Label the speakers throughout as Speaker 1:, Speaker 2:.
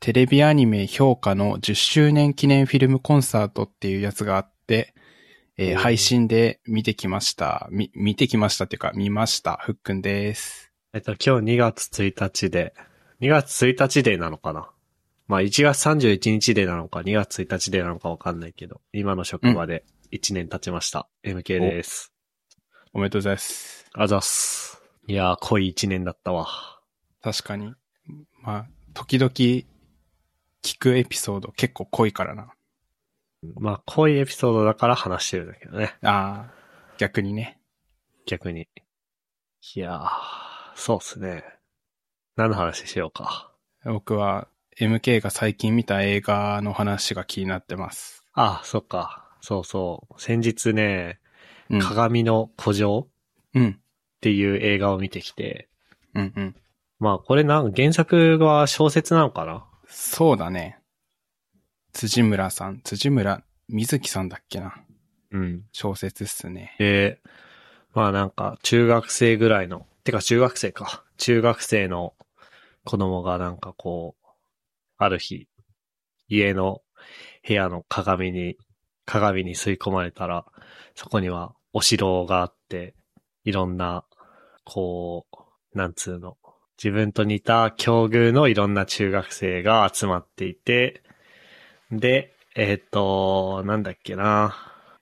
Speaker 1: テレビアニメ評価の10周年記念フィルムコンサートっていうやつがあって、配信で見てきました。見てきましたっていうか、見ました。ふっくんです。
Speaker 2: 今日2月1日で、2月1日デーなのかな？まあ1月31日デーなのか、2月1日デーなのかわかんないけど、今の職場で1年経ちました。MK です。
Speaker 1: おめでとうございます。
Speaker 2: あざっす。いやー、濃い1年だったわ。
Speaker 1: 確かに。まあ、時々聞くエピソード結構濃いからな。
Speaker 2: まあ、濃いエピソードだから話してるんだけどね。
Speaker 1: ああ、逆にね。
Speaker 2: 逆に。いやー、そうっすね。何の話しようか。
Speaker 1: 僕は MK が最近見た映画の話が気になってます。
Speaker 2: あ、そっか。そうそう。先日ね、
Speaker 1: うん、
Speaker 2: 鏡の古城
Speaker 1: うん
Speaker 2: っていう映画を見てきて、
Speaker 1: うんうん。
Speaker 2: まあこれ原作は小説なのかな？
Speaker 1: そうだね。辻村瑞希さんだっけな。
Speaker 2: うん。
Speaker 1: 小説っすね。
Speaker 2: で、まあなんか中学生ぐらいの、てか中学生か。中学生の子供がなんかこう、ある日、家の部屋の鏡に吸い込まれたら、そこにはお城があって、いろんな、こう、なんつうの、自分と似た境遇のいろんな中学生が集まっていて、で、なんだっけな、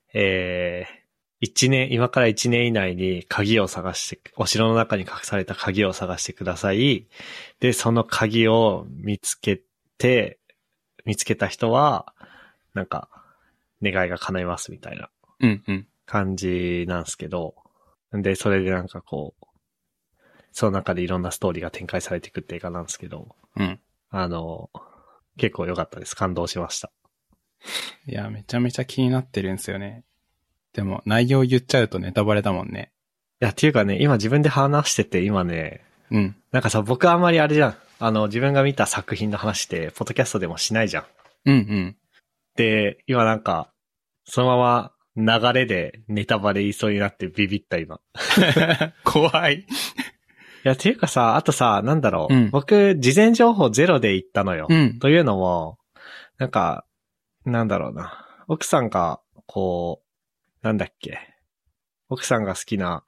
Speaker 2: 今から1年以内に鍵を探して、お城の中に隠された鍵を探してください。で、その鍵を見つけた人は、なんか、願いが叶いますみたいな
Speaker 1: うんうん。
Speaker 2: 感じなんですけど、で、それでなんかこう、その中でいろんなストーリーが展開されていくって映画なんですけど、
Speaker 1: うん。
Speaker 2: 結構良かったです。感動しました。
Speaker 1: いや、めちゃめちゃ気になってるんですよね。でも、内容言っちゃうとネタバレだもんね。
Speaker 2: いや、っていうかね、今自分で話してて、今ね、
Speaker 1: うん。
Speaker 2: なんかさ、僕あんまりあれじゃん。自分が見た作品の話って、ポッドキャストでもしないじゃん。
Speaker 1: うんうん。
Speaker 2: で、今なんか、そのまま流れでネタバレ言いそうになってビビった今。
Speaker 1: 怖い。
Speaker 2: いや、っていうかさ、あとさ、なんだろう。
Speaker 1: うん。
Speaker 2: 僕、事前情報ゼロで行ったのよ。
Speaker 1: うん。
Speaker 2: というのも、なんか、なんだろうな。奥さんが、こう、なんだっけ。奥さんが好きな、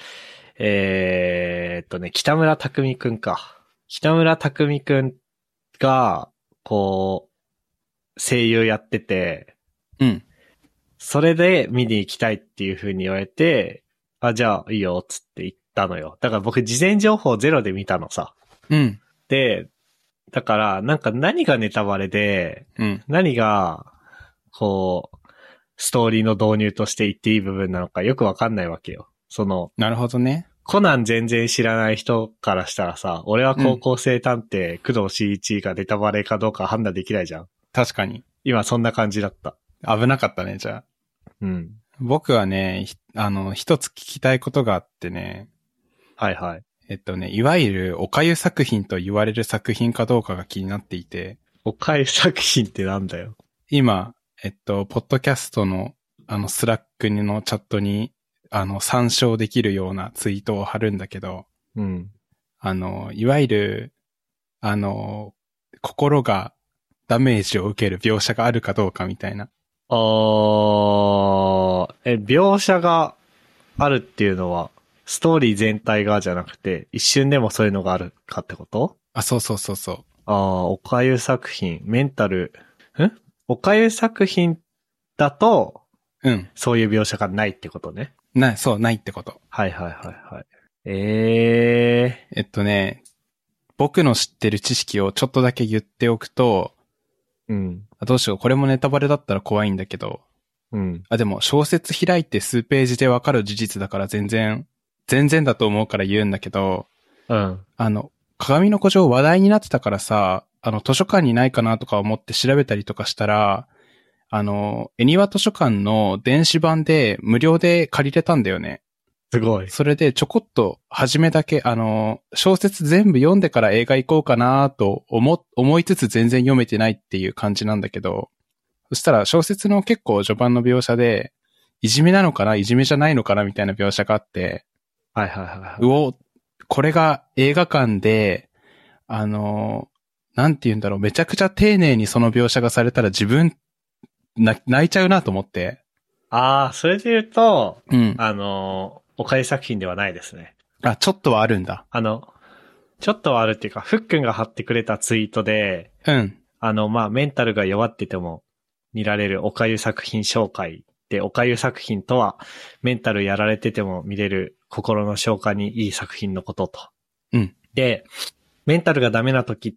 Speaker 2: 北村匠海くんか。北村匠海くんが、こう、声優やってて、
Speaker 1: うん。
Speaker 2: それで見に行きたいっていう風に言われて、あ、じゃあいいよ、つって言ったのよ。だから僕事前情報ゼロで見たのさ。
Speaker 1: うん。
Speaker 2: で、だからなんか何がネタバレで、
Speaker 1: うん。
Speaker 2: 何が、こう、ストーリーの導入として言っていい部分なのかよくわかんないわけよ。
Speaker 1: なるほどね。
Speaker 2: コナン全然知らない人からしたらさ、俺は高校生探偵、工藤新一がネタバレかどうか判断できないじゃん。
Speaker 1: 確かに。
Speaker 2: 今そんな感じだった。
Speaker 1: 危なかったね、じゃあ。
Speaker 2: うん。
Speaker 1: 僕はね、一つ聞きたいことがあってね。
Speaker 2: はいはい。
Speaker 1: いわゆるおかゆ作品と言われる作品かどうかが気になっていて。
Speaker 2: おかゆ作品ってなんだよ。
Speaker 1: 今、ポッドキャストの、スラックのチャットに、参照できるようなツイートを貼るんだけど、
Speaker 2: うん。
Speaker 1: いわゆる、心がダメージを受ける描写があるかどうかみたいな。
Speaker 2: 描写があるっていうのは、ストーリー全体がじゃなくて、一瞬でもそういうのがあるかってこと？
Speaker 1: あ、そうそうそうそう。
Speaker 2: おかゆ作品、おかゆ作品だと、
Speaker 1: うん。
Speaker 2: そういう描写がないってことね。
Speaker 1: ないってこと。
Speaker 2: はいはいはいはい。
Speaker 1: 僕の知ってる知識をちょっとだけ言っておくと、
Speaker 2: うん。
Speaker 1: どうしよう、これもネタバレだったら怖いんだけど、
Speaker 2: うん。
Speaker 1: でも小説開いて数ページでわかる事実だから全然だと思うから言うんだけど、
Speaker 2: うん。
Speaker 1: 鏡の古城話題になってたからさ、図書館にないかなとか思って調べたりとかしたら、恵庭図書館の電子版で無料で借りれたんだよね。
Speaker 2: すごい。
Speaker 1: それでちょこっと初めだけ、小説全部読んでから映画行こうかなと思いつつ全然読めてないっていう感じなんだけど、そしたら小説の結構序盤の描写で、いじめなのかないじめじゃないのかなみたいな描写があって、
Speaker 2: はいはいはいはい。
Speaker 1: これが映画館で、 なんて言うんだろう、めちゃくちゃ丁寧にその描写がされたら自分、泣いちゃうなと思って。
Speaker 2: それで言うと、
Speaker 1: うん。
Speaker 2: おかゆ作品ではないですね。
Speaker 1: あ、ちょっとはあるんだ。
Speaker 2: ちょっとはあるっていうか、ふっくんが貼ってくれたツイートで、
Speaker 1: うん。
Speaker 2: メンタルが弱ってても見られるおかゆ作品紹介で、おかゆ作品とは、メンタルやられてても見れる心の消化にいい作品のことと。
Speaker 1: うん。
Speaker 2: で、メンタルがダメな時って、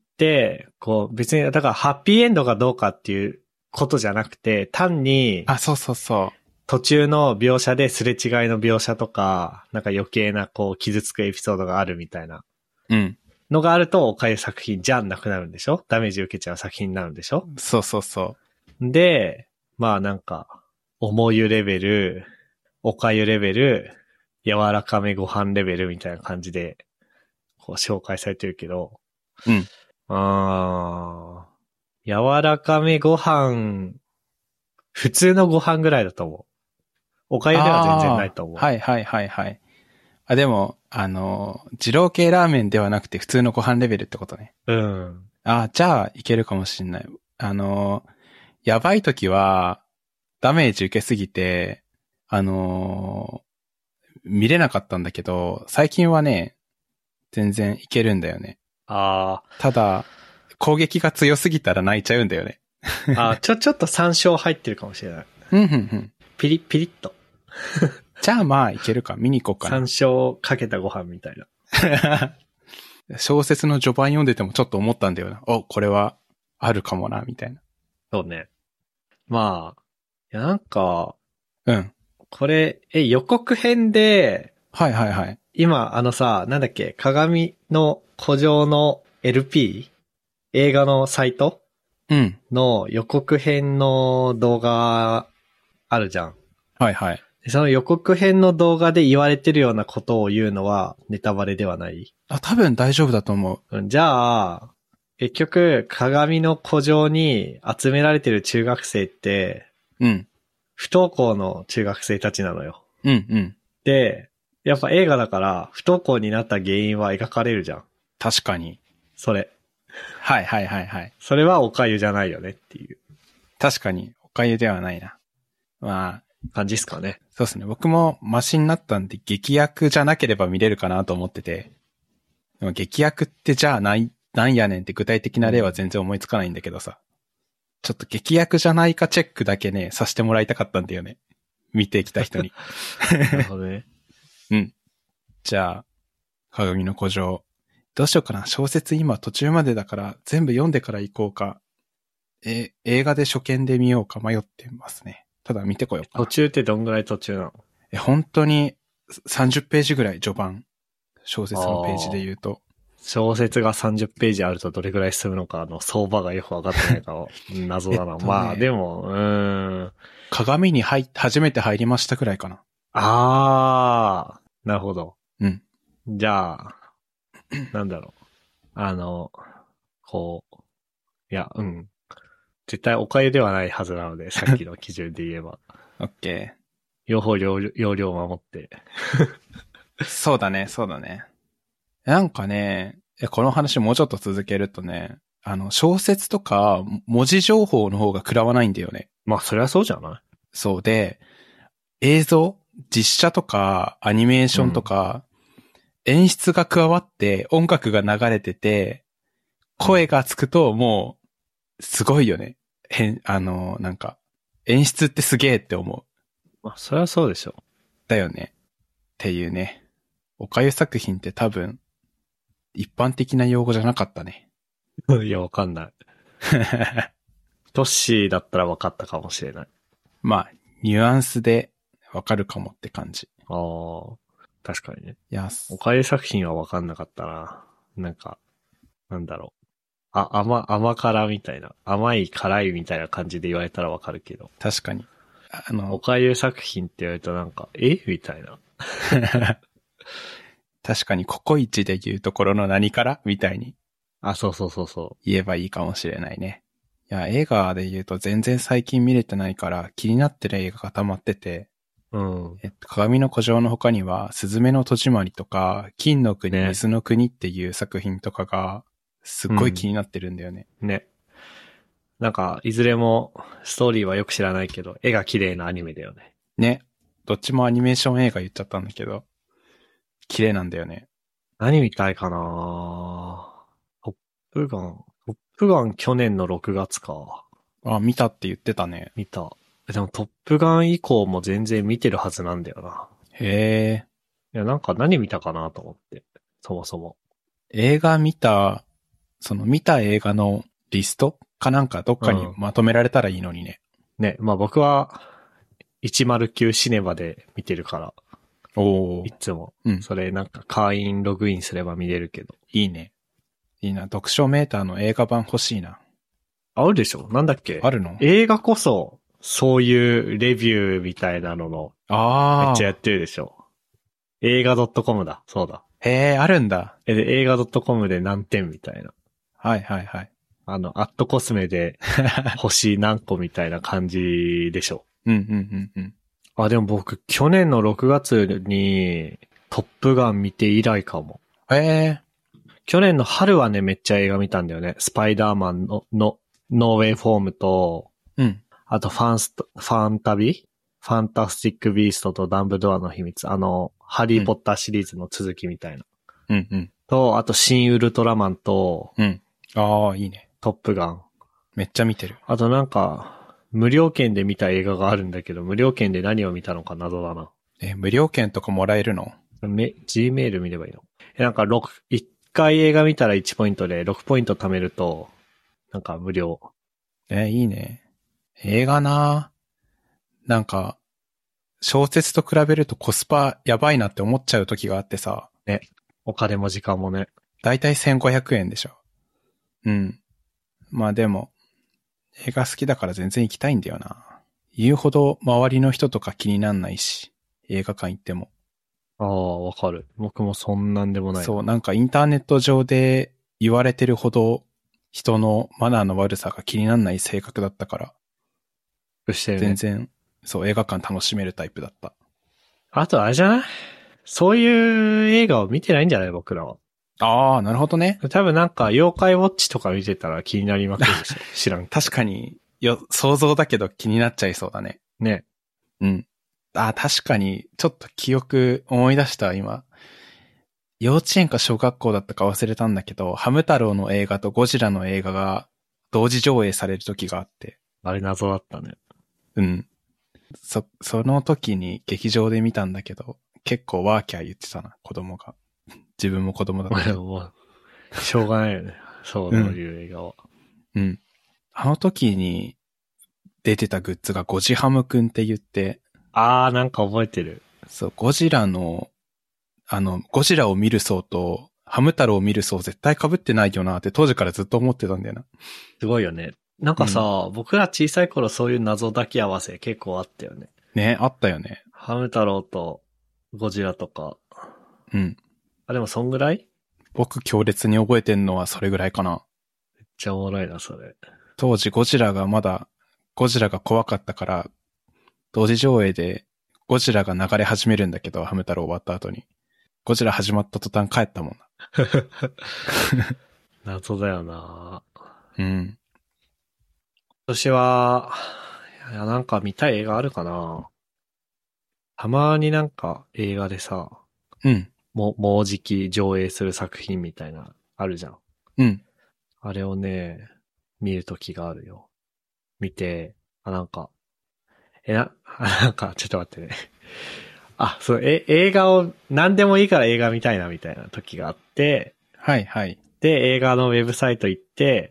Speaker 2: こう別に、だからハッピーエンドがどうかっていうことじゃなくて、単に、
Speaker 1: そうそうそう。
Speaker 2: 途中の描写ですれ違いの描写とか、なんか余計なこう傷つくエピソードがあるみたいな。
Speaker 1: うん。
Speaker 2: のがあると、おかゆ作品じゃなくなるんでしょ？ダメージ受けちゃう作品になるんでしょ？
Speaker 1: そうそうそう。
Speaker 2: で、なんか、重湯レベル、おかゆレベル、柔らかめご飯レベルみたいな感じで、こう紹介されてるけど、
Speaker 1: うん。
Speaker 2: 柔らかめご飯、普通のご飯ぐらいだと思う。おかゆでは全然ないと思う。
Speaker 1: はいはいはいはい。でも、二郎系ラーメンではなくて普通のご飯レベルってことね。
Speaker 2: うん。
Speaker 1: じゃあいけるかもしんない。やばい時は、ダメージ受けすぎて、見れなかったんだけど、最近はね、全然いけるんだよね。ただ、攻撃が強すぎたら泣いちゃうんだよね。
Speaker 2: ちょっと山椒入ってるかもしれない。ピリッと。
Speaker 1: じゃあまあいけるか、見に行こうかな。
Speaker 2: 山椒かけたご飯みたいな。
Speaker 1: 小説の序盤読んでてもちょっと思ったんだよな。これはあるかもな、みたいな。
Speaker 2: そうね。なんか、
Speaker 1: うん。
Speaker 2: これ、予告編で、
Speaker 1: はいはいはい。
Speaker 2: 今、なんだっけ、鏡の古城の LP? 映画のサイト
Speaker 1: うん。
Speaker 2: の予告編の動画あるじゃん。
Speaker 1: はいはい。
Speaker 2: その予告編の動画で言われてるようなことを言うのはネタバレではない？
Speaker 1: 多分大丈夫だと思
Speaker 2: う。じゃあ、結局、鏡の古城に集められてる中学生って、
Speaker 1: うん。
Speaker 2: 不登校の中学生たちなのよ。
Speaker 1: うんうん。
Speaker 2: で、やっぱ映画だから不登校になった原因は描かれるじゃん。
Speaker 1: 確かに。
Speaker 2: それ。
Speaker 1: はいはいはいはい。
Speaker 2: それはおかゆじゃないよねっていう。
Speaker 1: 確かに、おかゆではないな。
Speaker 2: 感じっすかね。
Speaker 1: そうですね。僕もマシになったんで劇薬じゃなければ見れるかなと思ってて。でも劇薬ってじゃあなんやねんって具体的な例は全然思いつかないんだけどさ。ちょっと劇薬じゃないかチェックだけね、させてもらいたかったんだよね。見てきた人に。
Speaker 2: なるほどね。
Speaker 1: うん。じゃあ、鏡の古城。どうしようかな。小説今途中までだから全部読んでから行こうか。映画で初見で見ようか迷ってますね。ただ見てこようかな。
Speaker 2: 途中ってどんぐらい途中なの？
Speaker 1: 本当に30ページぐらい序盤。小説のページで言うと。
Speaker 2: 小説が30ページあるとどれぐらい進むのか相場がよくわかってないから謎だな。でも、
Speaker 1: 鏡に初めて入りましたくらいかな。
Speaker 2: なるほど。
Speaker 1: うん。
Speaker 2: じゃあ、なんだろう。絶対おかゆではないはずなので、さっきの基準で言えば。
Speaker 1: オッケー。
Speaker 2: 両方容量を守って。
Speaker 1: そうだね。なんかね、この話もうちょっと続けるとね、小説とか文字情報の方が食らわないんだよね。
Speaker 2: そりゃそうじゃない？
Speaker 1: そうで、映像、実写とかアニメーションとか、演出が加わって音楽が流れてて、声がつくともう、すごいよね。なんか、演出ってすげえって思
Speaker 2: う。そりゃそうでしょ。
Speaker 1: だよね。っていうね。おかゆ作品って多分、一般的な用語じゃなかったね。
Speaker 2: いや、わかんない。トッシーだったらわかったかもしれない。
Speaker 1: ニュアンスでわかるかもって感じ。
Speaker 2: 確かにね。
Speaker 1: お
Speaker 2: かゆ作品はわかんなかったな。なんだろう。甘辛みたいな。甘い辛いみたいな感じで言われたらわかるけど。
Speaker 1: 確かに。
Speaker 2: おかゆ作品って言われるとみたいな。
Speaker 1: 確かにココイチで言うところの何からみたいに。
Speaker 2: そう。
Speaker 1: 言えばいいかもしれないね。いや、映画で言うと全然最近見れてないから気になってる映画が溜まってて。鏡の古城の他には、すずめの戸締まりとか、金の国、水の国っていう作品とかが、 すっごい気になってるんだよね。
Speaker 2: ね。なんか、いずれもストーリーはよく知らないけど、絵が綺麗なアニメだよね。
Speaker 1: ね。どっちもアニメーション映画言っちゃったんだけど、綺麗なんだよね。
Speaker 2: 何見たいかな。トップガン。トップガン去年の6月か。
Speaker 1: あ、見たって言ってたね。
Speaker 2: 見た。でもトップガン以降も全然見てるはずなんだよな。
Speaker 1: へえ。
Speaker 2: いや、なんか何見たかなと思って。そもそも。
Speaker 1: 映画見た、見た映画のリストかなんかどっかにまとめられたらいいのにね。
Speaker 2: ね、まあ僕は109シネマで見てるから、
Speaker 1: おー。
Speaker 2: いつも。
Speaker 1: うん。
Speaker 2: それなんか会員ログインすれば見れるけど。
Speaker 1: いいね。いいな。読書メーターの映画版欲しいな。
Speaker 2: あるでしょ？なんだっけ？
Speaker 1: あるの？
Speaker 2: 映画こそ、そういうレビューみたいなのの、めっちゃやってるでしょ。映画 .com だ。そうだ。
Speaker 1: へえ、あるんだ。
Speaker 2: で、映画 .com で何点みたいな。
Speaker 1: はいはいはい。
Speaker 2: アットコスメで星何個みたいな感じでしょ。
Speaker 1: うんうんうんうん。
Speaker 2: あ、でも僕、去年の6月にトップガン見て以来かも。
Speaker 1: へえ。
Speaker 2: 去年の春はね、めっちゃ映画見たんだよね。スパイダーマンのノーウェイフォームと、
Speaker 1: うん。
Speaker 2: あとファンタスティックビーストとダンブルドアの秘密。ハリーポッターシリーズの続きみたいな。
Speaker 1: うんうん。
Speaker 2: と、あとシン・ウルトラマンと、
Speaker 1: うん。ああ、いいね。
Speaker 2: トップガン。
Speaker 1: めっちゃ見てる。
Speaker 2: あとなんか、無料券で見た映画があるんだけど、無料券で何を見たのか謎だな。
Speaker 1: 無料券とかもらえるの
Speaker 2: Gmail 見ればいいの？なんか1回映画見たら1ポイントで6ポイント貯めると、なんか無料。
Speaker 1: いいね。映画ななんか、小説と比べるとコスパやばいなって思っちゃう時があってさ。
Speaker 2: ね。お金も時間もね。
Speaker 1: だいたい1500円でしょ。うん。まあでも、映画好きだから全然行きたいんだよな。言うほど周りの人とか気になんないし、映画館行っても。
Speaker 2: ああ、わかる。僕もそんなんでもない。
Speaker 1: そう、なんかインターネット上で言われてるほど人のマナーの悪さが気になんない性格だったから、
Speaker 2: してるね。
Speaker 1: 全然、そう映画館楽しめるタイプだった。
Speaker 2: あとあれじゃない？そういう映画を見てないんじゃない僕らは。
Speaker 1: ああ、なるほどね。
Speaker 2: 多分なんか妖怪ウォッチとか見てたら気になりまくるでしょ。知らん。
Speaker 1: 確かに、想像だけど気になっちゃいそうだね。
Speaker 2: ね。
Speaker 1: うん。確かに、ちょっと記憶思い出した今。幼稚園か小学校だったか忘れたんだけど、ハム太郎の映画とゴジラの映画が同時上映される時があって。
Speaker 2: あれ謎だったね。
Speaker 1: うん。その時に劇場で見たんだけど、結構ワーキャー言ってたな、子供が。自分も子供だったけど。
Speaker 2: もう、しょうがないよね。そういう映画は。
Speaker 1: うん。あの時に出てたグッズがゴジハムくんって言って、
Speaker 2: なんか覚えてる。
Speaker 1: そう、ゴジラを見る層と、ハム太郎を見る層絶対被ってないよなって当時からずっと思ってたんだよな。
Speaker 2: すごいよね。なんかさ、僕ら小さい頃そういう謎抱き合わせ結構あったよね。
Speaker 1: ね、あったよね。
Speaker 2: ハム太郎とゴジラとか。
Speaker 1: うん。
Speaker 2: でもそんぐらい？
Speaker 1: 僕強烈に覚えてんのはそれぐらいかな。
Speaker 2: めっちゃおもろいな、それ。
Speaker 1: 当時ゴジラが怖かったから、同時上映でゴジラが流れ始めるんだけど、ハム太郎終わった後に。ゴジラ始まった途端帰ったもんな。
Speaker 2: 謎だよな。
Speaker 1: うん。
Speaker 2: 今年は、なんか見たい映画あるかな？たまになんか映画でさ、
Speaker 1: うん。
Speaker 2: もうじき上映する作品みたいな、あるじゃん。
Speaker 1: うん。
Speaker 2: あれをね、見るときがあるよ。見て、なんか、なんか、ちょっと待ってね。そう、映画を、何でもいいから映画見たいなみたいな時があって、
Speaker 1: はいはい。
Speaker 2: で、映画のウェブサイト行って、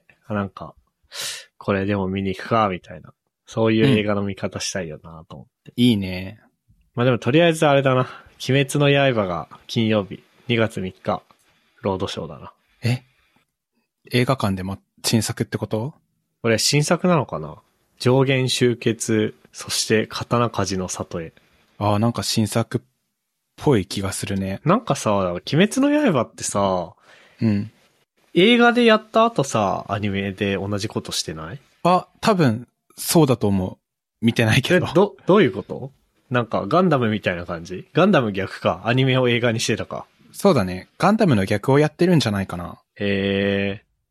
Speaker 2: なんか、これでも見に行くか、みたいな。そういう映画の見方したいよなと思って。
Speaker 1: いいね。
Speaker 2: まあでもとりあえずあれだな。鬼滅の刃が金曜日、2月3日、ロードショーだな。
Speaker 1: 映画館でも新作ってこと？
Speaker 2: これ新作なのかな？上弦集結、そして刀鍛冶の里へ。
Speaker 1: なんか新作っぽい気がするね。
Speaker 2: なんかさ、鬼滅の刃ってさ、
Speaker 1: うん。
Speaker 2: 映画でやった後さ、アニメで同じことしてない？
Speaker 1: 多分、そうだと思う。見てないけど。
Speaker 2: どういうこと？なんかガンダムみたいな感じ？ガンダム逆か。アニメを映画にしてたか。
Speaker 1: そうだね。ガンダムの逆をやってるんじゃないかな。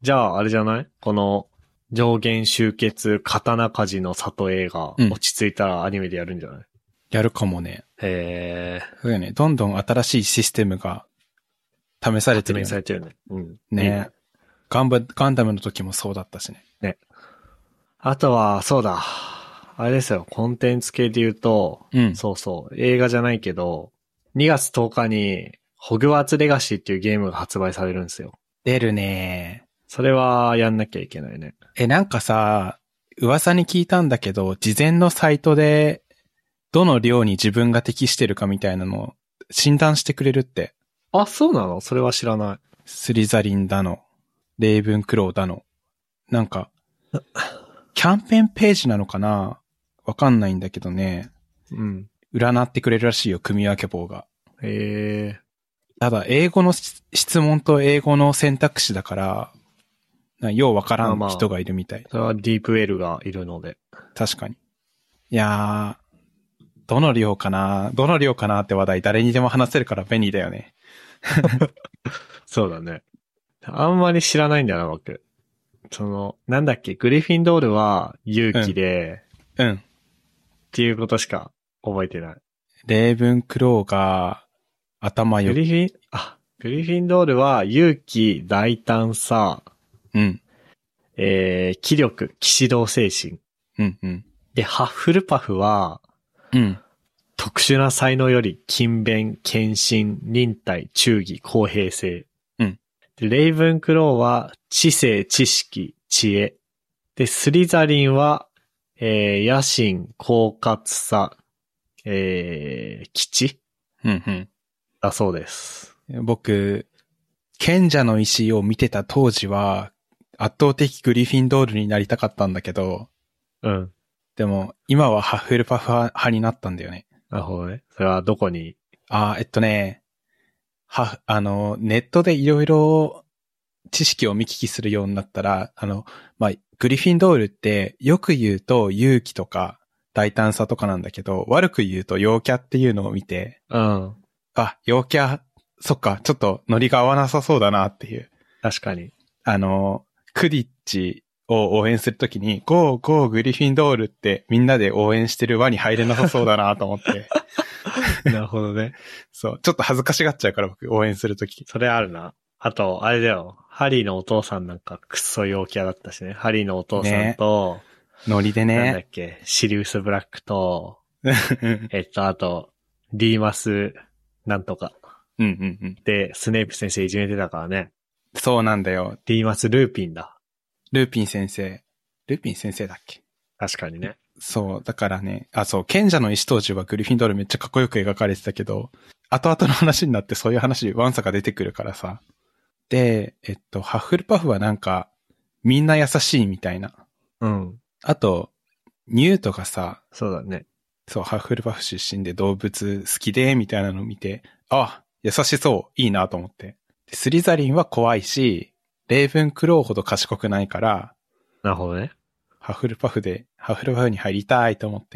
Speaker 2: じゃあ、あれじゃない？この、上限集結刀鍛冶の里映画、
Speaker 1: うん
Speaker 2: 落ち着いたらアニメでやるんじゃない？
Speaker 1: やるかもね。
Speaker 2: へ
Speaker 1: そうよね。どんどん新しいシステムが試されて
Speaker 2: 発明
Speaker 1: るよね。
Speaker 2: されてるね。うん。
Speaker 1: ね。
Speaker 2: いいね。
Speaker 1: ガンダムの時もそうだったしね。
Speaker 2: ね。あとは、そうだ。あれですよ。コンテンツ系で言うと、
Speaker 1: うん
Speaker 2: そうそう。映画じゃないけど、2月10日に、ホグワーツレガシーっていうゲームが発売されるんですよ。
Speaker 1: 出るね。
Speaker 2: それはやんなきゃいけないね。
Speaker 1: なんかさ、噂に聞いたんだけど、事前のサイトで、どの量に自分が適してるかみたいなのを診断してくれるって。
Speaker 2: あ、そうなの？それは知らない。
Speaker 1: スリザリンだの、レイブンクローだの。なんか、キャンペーンページなのかな？わかんないんだけどね。
Speaker 2: うん。
Speaker 1: 占ってくれるらしいよ、組み分け棒が。
Speaker 2: へえ。
Speaker 1: ただ、英語の質問と英語の選択肢だから、ようわからん人がいるみたい。
Speaker 2: それはディープウェルがいるので。
Speaker 1: 確かに。いやー、どの量かなって話題誰にでも話せるから便利だよね。
Speaker 2: そうだね。あんまり知らないんだよな、僕。なんだっけ、グリフィンドールは勇気で、
Speaker 1: うん。
Speaker 2: っていうことしか覚えてない。
Speaker 1: レイブンクローが頭よ
Speaker 2: グリフィンドールは勇気、大胆さ、
Speaker 1: うん。
Speaker 2: 気力、騎士道精神。
Speaker 1: うん、うん。
Speaker 2: で、ハッフルパフは、
Speaker 1: うん。
Speaker 2: 特殊な才能より勤勉、献身、忍耐、忠義、公平性。
Speaker 1: うん
Speaker 2: で、レイブンクローは知性、知識、知恵。で、スリザリンは、野心、狡猾さ、基地
Speaker 1: うん、
Speaker 2: だそうです。
Speaker 1: うん。僕、賢者の石を見てた当時は、圧倒的グリフィンドールになりたかったんだけど、
Speaker 2: うん。
Speaker 1: でも、今はハッフルパフ派になったんだよね。
Speaker 2: なるほどね。それはどこに？
Speaker 1: ネットでいろいろ知識を見聞きするようになったら、グリフィンドールってよく言うと勇気とか大胆さとかなんだけど、悪く言うと陽キャっていうのを見て、
Speaker 2: うん。
Speaker 1: 陽キャ、そっか、ちょっとノリが合わなさそうだなっていう。
Speaker 2: 確かに。
Speaker 1: クディッチを応援するときに、ゴーゴーグリフィンドールってみんなで応援してる輪に入れなさそうだなと思って。
Speaker 2: なるほどね。
Speaker 1: そう、ちょっと恥ずかしがっちゃうから僕応援するとき。
Speaker 2: それあるな。あと、あれだよ。ハリーのお父さんなんかクソ陽キャだったしね。ハリーのお父さんと、
Speaker 1: ノリで
Speaker 2: なんだっ
Speaker 1: ね。
Speaker 2: け、シリウス・ブラックと、あと、ディーマス、なんとか。
Speaker 1: うん。
Speaker 2: で、スネープ先生いじめてたからね。
Speaker 1: そうなんだよ。
Speaker 2: ディーマス・ルーピンだ。
Speaker 1: ルーピン先生だっけ？
Speaker 2: 確かにね。
Speaker 1: そう、だからね、賢者の石当時はグリフィンドールめっちゃかっこよく描かれてたけど、後々の話になってそういう話、ワンサが出てくるからさ。で、ハッフルパフはなんか、みんな優しいみたいな。
Speaker 2: うん。
Speaker 1: あと、ニュートがさ、
Speaker 2: そうだね。
Speaker 1: そう、ハッフルパフ出身で動物好きで、みたいなのを見て、優しそう、いいなと思って。でスリザリンは怖いし、レイブンクローほど賢くないから、
Speaker 2: なるほどね。
Speaker 1: ハッフルパフに入りたいと思って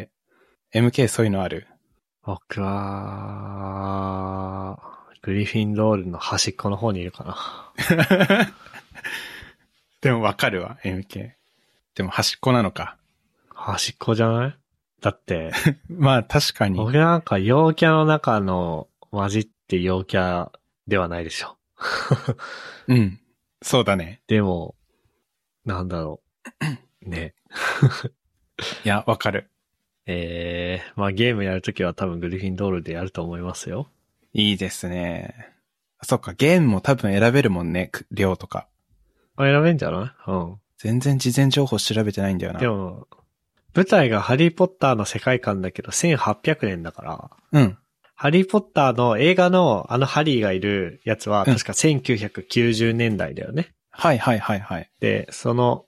Speaker 1: 。MK そういうのある？
Speaker 2: 僕は、グリフィンドールの端っこの方にいるかな。
Speaker 1: でもわかるわ、MK。でも端っこなのか。
Speaker 2: 端っこじゃない？だって、
Speaker 1: まあ確かに。
Speaker 2: 僕なんか陽キャの中の混じって陽キャではないでしょ。
Speaker 1: うん。そうだね。
Speaker 2: でも、なんだろう。ね。
Speaker 1: いや、わかる。
Speaker 2: まあゲームやるときは多分グリフィンドールでやると思いますよ。
Speaker 1: いいですね。そっか、ゲームも多分選べるもんね、量とか。
Speaker 2: 選べんじゃない？うん。
Speaker 1: 全然事前情報調べてないんだよな。
Speaker 2: でも、舞台がハリーポッターの世界観だけど1800年だから、
Speaker 1: うん。
Speaker 2: ハリーポッターの映画のハリーがいるやつは確か1990年代だよね。
Speaker 1: はい。
Speaker 2: で、その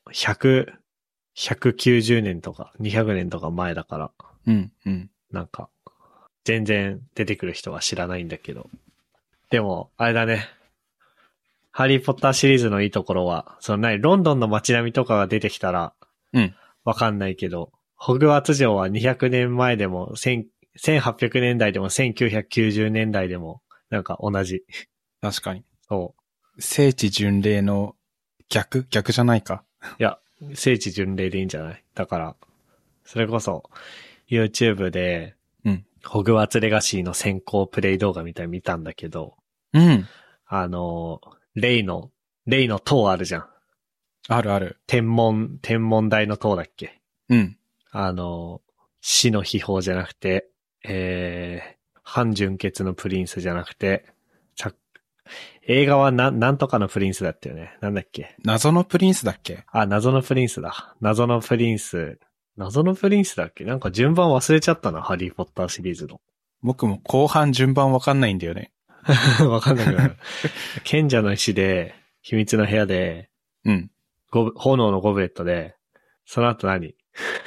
Speaker 2: 190年とか200年とか前だから、
Speaker 1: うん。
Speaker 2: なんか、全然出てくる人は知らないんだけど。でも、あれだね。ハリーポッターシリーズのいいところは、ロンドンの街並みとかが出てきたら、
Speaker 1: うん。
Speaker 2: わかんないけど、ホグワーツ城は200年前でも、1800年代でも1990年代でも、なんか同じ。
Speaker 1: 確かに。
Speaker 2: そ
Speaker 1: 聖地巡礼の逆じゃないか。
Speaker 2: いや、聖地巡礼でいいんじゃない？だから、それこそ、YouTube で、
Speaker 1: うん。
Speaker 2: ホグワーツレガシーの先行プレイ動画みたいに見たんだけど、
Speaker 1: うん。
Speaker 2: レイの塔あるじゃん。
Speaker 1: あるある。
Speaker 2: 天文台の塔だっけ？
Speaker 1: うん。
Speaker 2: 死の秘宝じゃなくて、半純血のプリンスじゃなくて、映画はなんとかのプリンスだったよね。なんだっけ？
Speaker 1: 謎のプリンスだっけ？
Speaker 2: あ、謎のプリンスだ。謎のプリンスだっけ？なんか順番忘れちゃったな、ハリーポッターシリーズの。
Speaker 1: 僕も後半順番わかんないんだよね。
Speaker 2: わかんなくなる。賢者の石で、秘密の部屋で、
Speaker 1: うん。
Speaker 2: 炎のゴブレットで、その後何？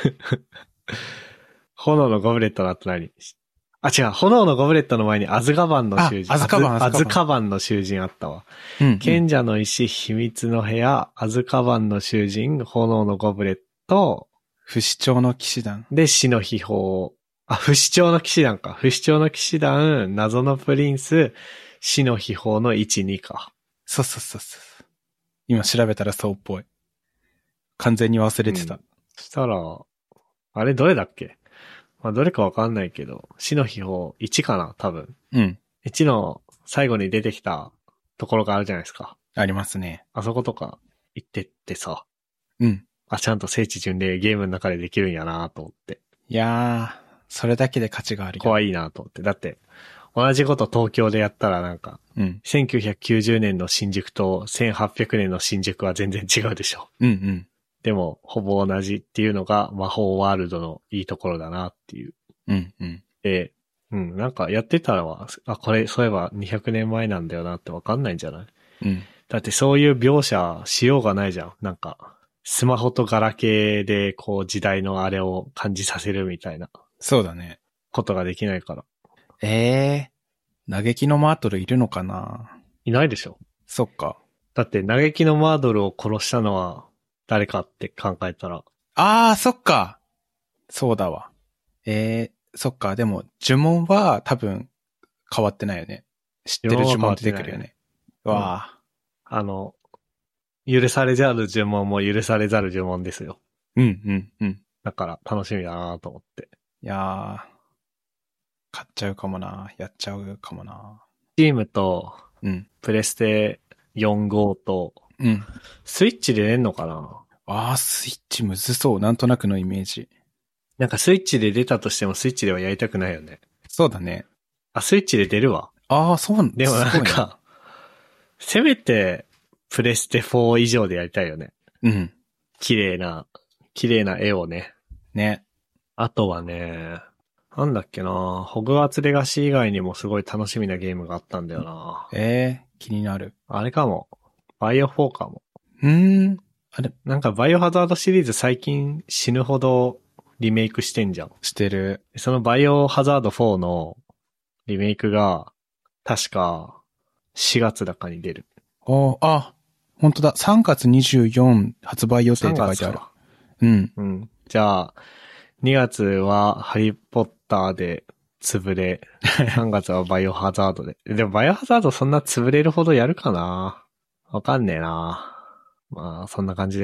Speaker 2: 炎のゴブレットの後何？あ、違う、炎のゴブレットの前にアズカバンの囚人。
Speaker 1: アズカバン
Speaker 2: の囚人あったわ。
Speaker 1: うん、
Speaker 2: 賢者の石、秘密の部屋、アズカバンの囚人、炎のゴブレット、
Speaker 1: 不死鳥の騎士団。
Speaker 2: で、死の秘宝。あ、不死鳥の騎士団か。不死鳥の騎士団、謎のプリンス、死の秘宝の1、2か。
Speaker 1: そう。今調べたらそうっぽい。完全に忘れてた。
Speaker 2: そしたら、あれどれだっけ？まあ、どれかわかんないけど、死の秘宝1かな、多分。
Speaker 1: うん。
Speaker 2: 1の最後に出てきたところがあるじゃないですか。
Speaker 1: ありますね。
Speaker 2: あそことか行ってってさ。
Speaker 1: うん。
Speaker 2: あ、ちゃんと聖地巡礼ゲームの中でできるんやなと思って。
Speaker 1: いやー、それだけで価値があるよ。
Speaker 2: 怖いなと思って。だって、同じこと東京でやったらなんか、
Speaker 1: うん。
Speaker 2: 1990年の新宿と1800年の新宿は全然違うでしょ。
Speaker 1: うんうん。
Speaker 2: でも、ほぼ同じっていうのが魔法ワールドのいいところだなっていう。
Speaker 1: うんうん。
Speaker 2: で、なんかやってたらは、これ、そういえば200年前なんだよなってわかんないんじゃない？
Speaker 1: うん。
Speaker 2: だってそういう描写しようがないじゃん。なんか、スマホとガラケーでこう時代のあれを感じさせるみたいな
Speaker 1: そうだね。
Speaker 2: ことができないから。
Speaker 1: 嘆きのマートルいるのかな？
Speaker 2: いないでしょ。
Speaker 1: そっか。
Speaker 2: だって嘆きのマードルを殺したのは誰かって考えたら。
Speaker 1: あー、そっか。そうだわ。そっか。でも、呪文は多分変わってないよね。知ってる呪文出てくるよね。わ
Speaker 2: あ。許されざる呪文も許されざる呪文ですよ。
Speaker 1: うん。
Speaker 2: だから楽しみだなと思って。
Speaker 1: いやー、買っちゃうかもな。やっちゃうかもな。
Speaker 2: チームと、プレステ4号と、スイッチで出んのかな？
Speaker 1: スイッチむずそう。なんとなくのイメージ。
Speaker 2: なんかスイッチで出たとしてもスイッチではやりたくないよね。
Speaker 1: そうだね。
Speaker 2: あ、スイッチで出るわ。
Speaker 1: そうなん
Speaker 2: でもなんか、せめて、プレステ4以上でやりたいよね。
Speaker 1: うん。
Speaker 2: 綺麗な絵をね。
Speaker 1: ね。
Speaker 2: あとはね、なんだっけな、ホグワーツレガシー以外にもすごい楽しみなゲームがあったんだよな。
Speaker 1: 気になる。
Speaker 2: あれかも。バイオ4かも。
Speaker 1: あれ
Speaker 2: なんかバイオハザードシリーズ最近死ぬほどリメイクしてんじゃん。
Speaker 1: してる。
Speaker 2: そのバイオハザード4のリメイクが、確か4月だかに出る。
Speaker 1: 本当だ。3月24発売予定って書いてある。
Speaker 2: じゃあ、2月はハリーポッターで潰れ、3月はバイオハザードで。でもバイオハザードそんな潰れるほどやるかな？わかんねえな。まあ、そんな感じです。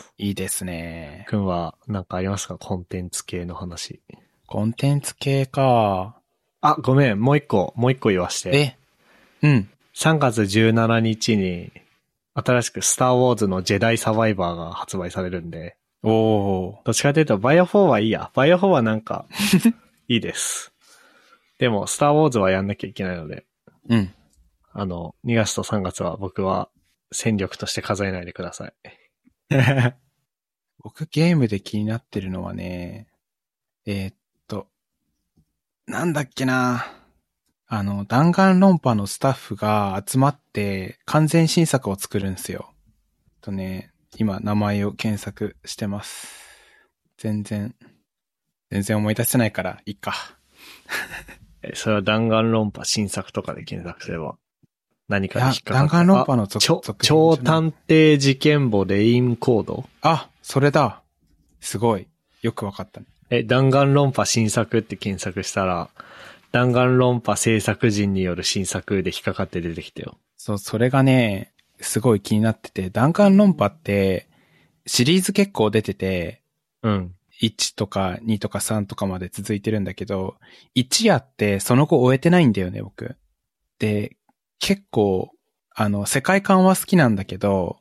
Speaker 1: いいですね。
Speaker 2: くんはなんかありますか？コンテンツ系の話。
Speaker 1: コンテンツ系か。
Speaker 2: ごめん、もう一個言わして。3月17日に、新しくスターウォーズのジェダイサバイバーが発売されるんで。どっちかというと、バイオ4はいいや。バイオ4はなんか、いいです。でも、スターウォーズはやんなきゃいけないので。2月と3月は僕は戦力として数えないでください。
Speaker 1: 僕ゲームで気になってるのはね、なんだっけな。弾丸論破のスタッフが集まって完全新作を作るんですよ。今名前を検索してます。全然思い出せないからいいか。
Speaker 2: それは弾丸論破新作とかで検索すれば何かに引っかかる。
Speaker 1: 弾丸論破の続編
Speaker 2: 超探偵事件簿レインコード？
Speaker 1: それだ。すごい。よくわかったね。
Speaker 2: 弾丸論破新作って検索したら、弾丸論破制作人による新作で引っかかって出てきたよ。
Speaker 1: そう、それがね、 すごい気になってて、弾丸論破ってシリーズ結構出てて、
Speaker 2: うん。
Speaker 1: 1とか2とか3とかまで続いてるんだけど、1やってその後終えてないんだよね、僕。で、結構、世界観は好きなんだけど、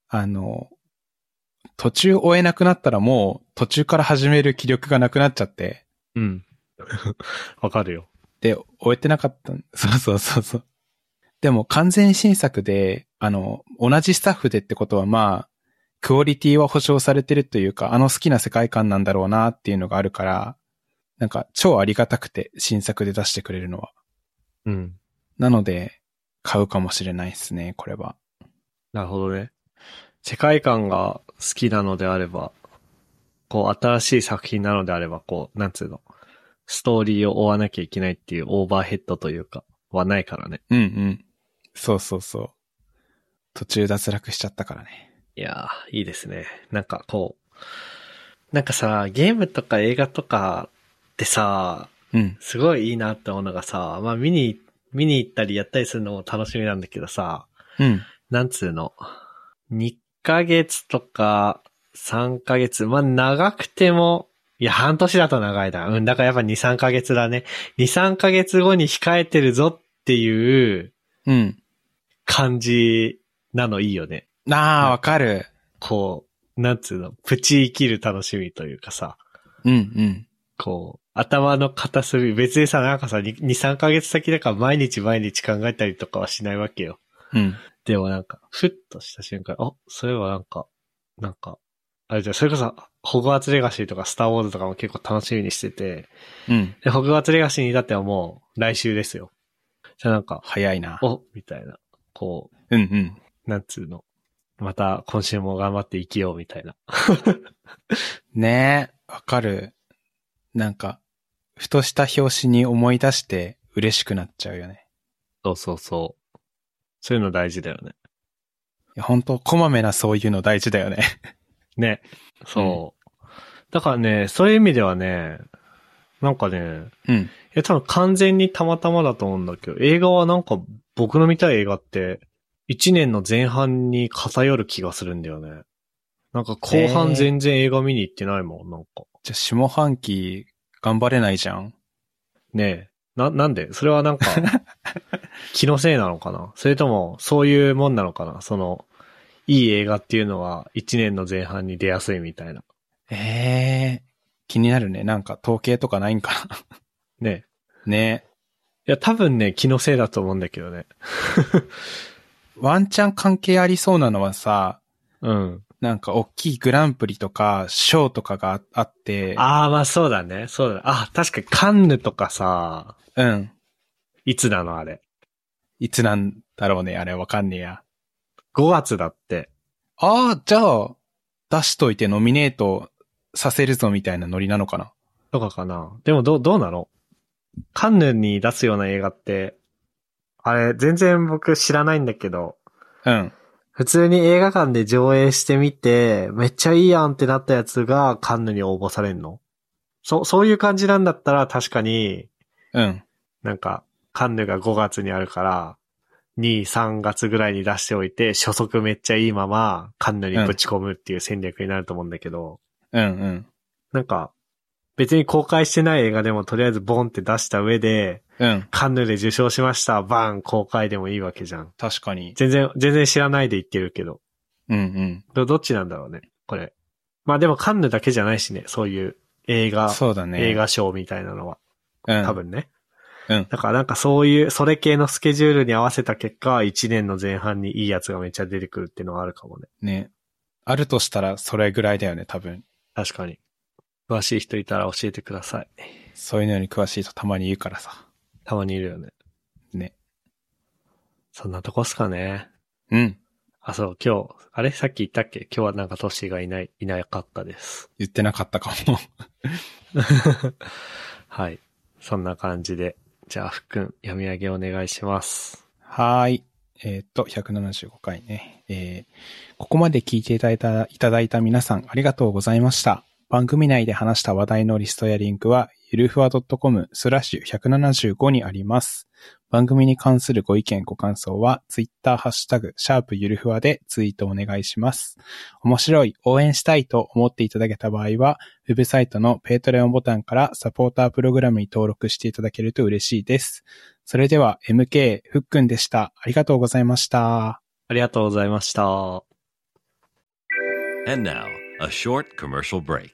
Speaker 1: 途中終えなくなったらもう途中から始める気力がなくなっちゃって。
Speaker 2: うん。わかるよ。
Speaker 1: で、終えてなかった。そう。でも完全新作で、同じスタッフでってことはまあ、クオリティは保証されてるというか、好きな世界観なんだろうなっていうのがあるから、なんか超ありがたくて新作で出してくれるのは。
Speaker 2: うん。
Speaker 1: なので、買うかもしれないですね、これは。
Speaker 2: なるほどね。世界観が好きなのであれば、こう、新しい作品なのであれば、こう、なんつうの、ストーリーを追わなきゃいけないっていうオーバーヘッドというか、はないからね。
Speaker 1: うんうん。そう。途中脱落しちゃったからね。
Speaker 2: いやー、いいですね。なんかこう、なんかさ、ゲームとか映画とかってさ、
Speaker 1: うん。
Speaker 2: すごいいいなって思うのがさ、まあ見に行ったりやったりするのも楽しみなんだけどさ、
Speaker 1: うん。
Speaker 2: なんつうの、2ヶ月とか3ヶ月、まあ長くても、いや半年だと長いな。うん、だからやっぱ2、3ヶ月だね。2、3ヶ月後に控えてるぞっていう
Speaker 1: うん。
Speaker 2: 感じなのいいよね。
Speaker 1: わかる。
Speaker 2: こう、なんつうの、プチ生きる楽しみというかさ、
Speaker 1: うん。
Speaker 2: こう、頭の片隅、別にさ、なんかさ、2、3ヶ月先だから毎日考えたりとかはしないわけよ。
Speaker 1: うん。
Speaker 2: でもなんか、ふっとした瞬間、そういえばなんか、あれじゃ、それこそ、ホグワーツレガシーとかスターウォーズとかも結構楽しみにしてて、
Speaker 1: うん。
Speaker 2: で、ホグワーツレガシーに至ってはもう来週ですよ。じゃあなんか、
Speaker 1: 早いな。
Speaker 2: みたいな。こ
Speaker 1: うん。
Speaker 2: う、なんつうの。また今週も頑張って生きようみたいな。
Speaker 1: ねえ、わかる。なんか、ふとした表紙に思い出して嬉しくなっちゃうよね。
Speaker 2: そう。そういうの大事だよね。
Speaker 1: いや本当こまめなそういうの大事だよね。
Speaker 2: ね。そう。だからね、そういう意味ではね、なんかね、
Speaker 1: うん。
Speaker 2: 多分完全にたまたまだと思うんだけど、映画はなんか僕の見たい映画って1年の前半に偏る気がするんだよね。なんか後半全然映画見に行ってないもん、なんか。
Speaker 1: じゃあ下半期頑張れないじゃん。
Speaker 2: ねえ。なんでそれはなんか、気のせいなのかなそれとも、そういうもんなのかないい映画っていうのは1年の前半に出やすいみたいな。
Speaker 1: 気になるね。なんか統計とかないんかな。
Speaker 2: ねえ。
Speaker 1: ね。
Speaker 2: いや、多分ね、気のせいだと思うんだけどね。
Speaker 1: ワンチャン関係ありそうなのはさ、
Speaker 2: うん。
Speaker 1: なんか大きいグランプリとか賞とかがあって。
Speaker 2: ああ、まあそうだね。そうだ。あ、確かにカンヌとかさ、
Speaker 1: うん。
Speaker 2: いつなのあれ。
Speaker 1: いつなんだろうね。あれわかんねえや。
Speaker 2: 5月だって。
Speaker 1: じゃあ、出しといてノミネートさせるぞみたいなノリなのかな。
Speaker 2: とかかな。でもどうなのカンヌに出すような映画って、あれ、全然僕知らないんだけど、
Speaker 1: うん。
Speaker 2: 普通に映画館で上映してみて、めっちゃいいやんってなったやつがカンヌに応募されんの？そういう感じなんだったら確かに、
Speaker 1: うん。
Speaker 2: なんか、カンヌが5月にあるから、2、3月ぐらいに出しておいて、初速めっちゃいいまま、カンヌにぶち込むっていう戦略になると思うんだけど、
Speaker 1: うん。
Speaker 2: なんか、別に公開してない映画でもとりあえずボンって出した上で、
Speaker 1: うん。
Speaker 2: カンヌで受賞しました、バーン公開でもいいわけじゃん。
Speaker 1: 確かに。
Speaker 2: 全然知らないで言ってるけど。
Speaker 1: うん。
Speaker 2: どっちなんだろうね、これ。まあでもカンヌだけじゃないしね、そういう映画、
Speaker 1: そうだね。
Speaker 2: 映画賞みたいなのは。
Speaker 1: うん。
Speaker 2: 多分ね。
Speaker 1: うん。
Speaker 2: だからなんかそういう、それ系のスケジュールに合わせた結果、1年の前半にいいやつがめっちゃ出てくるっていうのはあるかもね。
Speaker 1: ね。あるとしたらそれぐらいだよね、多分。
Speaker 2: 確かに。詳しい人いたら教えてください。
Speaker 1: そういうのに詳しい人たまに言うからさ。
Speaker 2: たまにいるよね。
Speaker 1: ね。
Speaker 2: そんなとこっすかね。
Speaker 1: うん。
Speaker 2: そう、今日、あれさっき言ったっけ今日はなんかトッシーがいなかったです。
Speaker 1: 言ってなかったかも。
Speaker 2: はい。そんな感じで。じゃあ、ふっくん、読み上げお願いします。
Speaker 1: はーい。175回ね。ここまで聞いていただいた皆さんありがとうございました。番組内で話した話題のリストやリンクはゆるふわ .com/175 にあります。番組に関するご意見ご感想は、ツイッターハッシュタグ、ゆるふわでツイートお願いします。面白い、応援したいと思っていただけた場合は、ウェブサイトのペイトレオンボタンからサポータープログラムに登録していただけると嬉しいです。それでは MK ふっくんでした。ありがとうございました。
Speaker 2: ありがとうございました。
Speaker 3: And now, a short commercial break.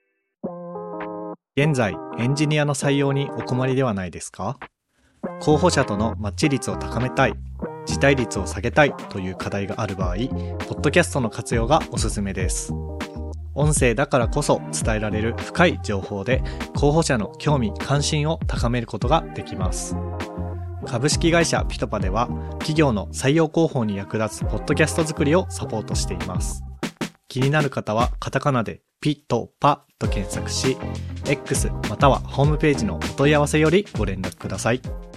Speaker 4: 現在、エンジニアの採用にお困りではないですか？候補者とのマッチ率を高めたい、辞退率を下げたいという課題がある場合、ポッドキャストの活用がおすすめです。音声だからこそ伝えられる深い情報で、候補者の興味・関心を高めることができます。株式会社ピトパでは、企業の採用広報に役立つポッドキャスト作りをサポートしています。気になる方はカタカナでピトパと検索し、X またはホームページのお問い合わせよりご連絡ください。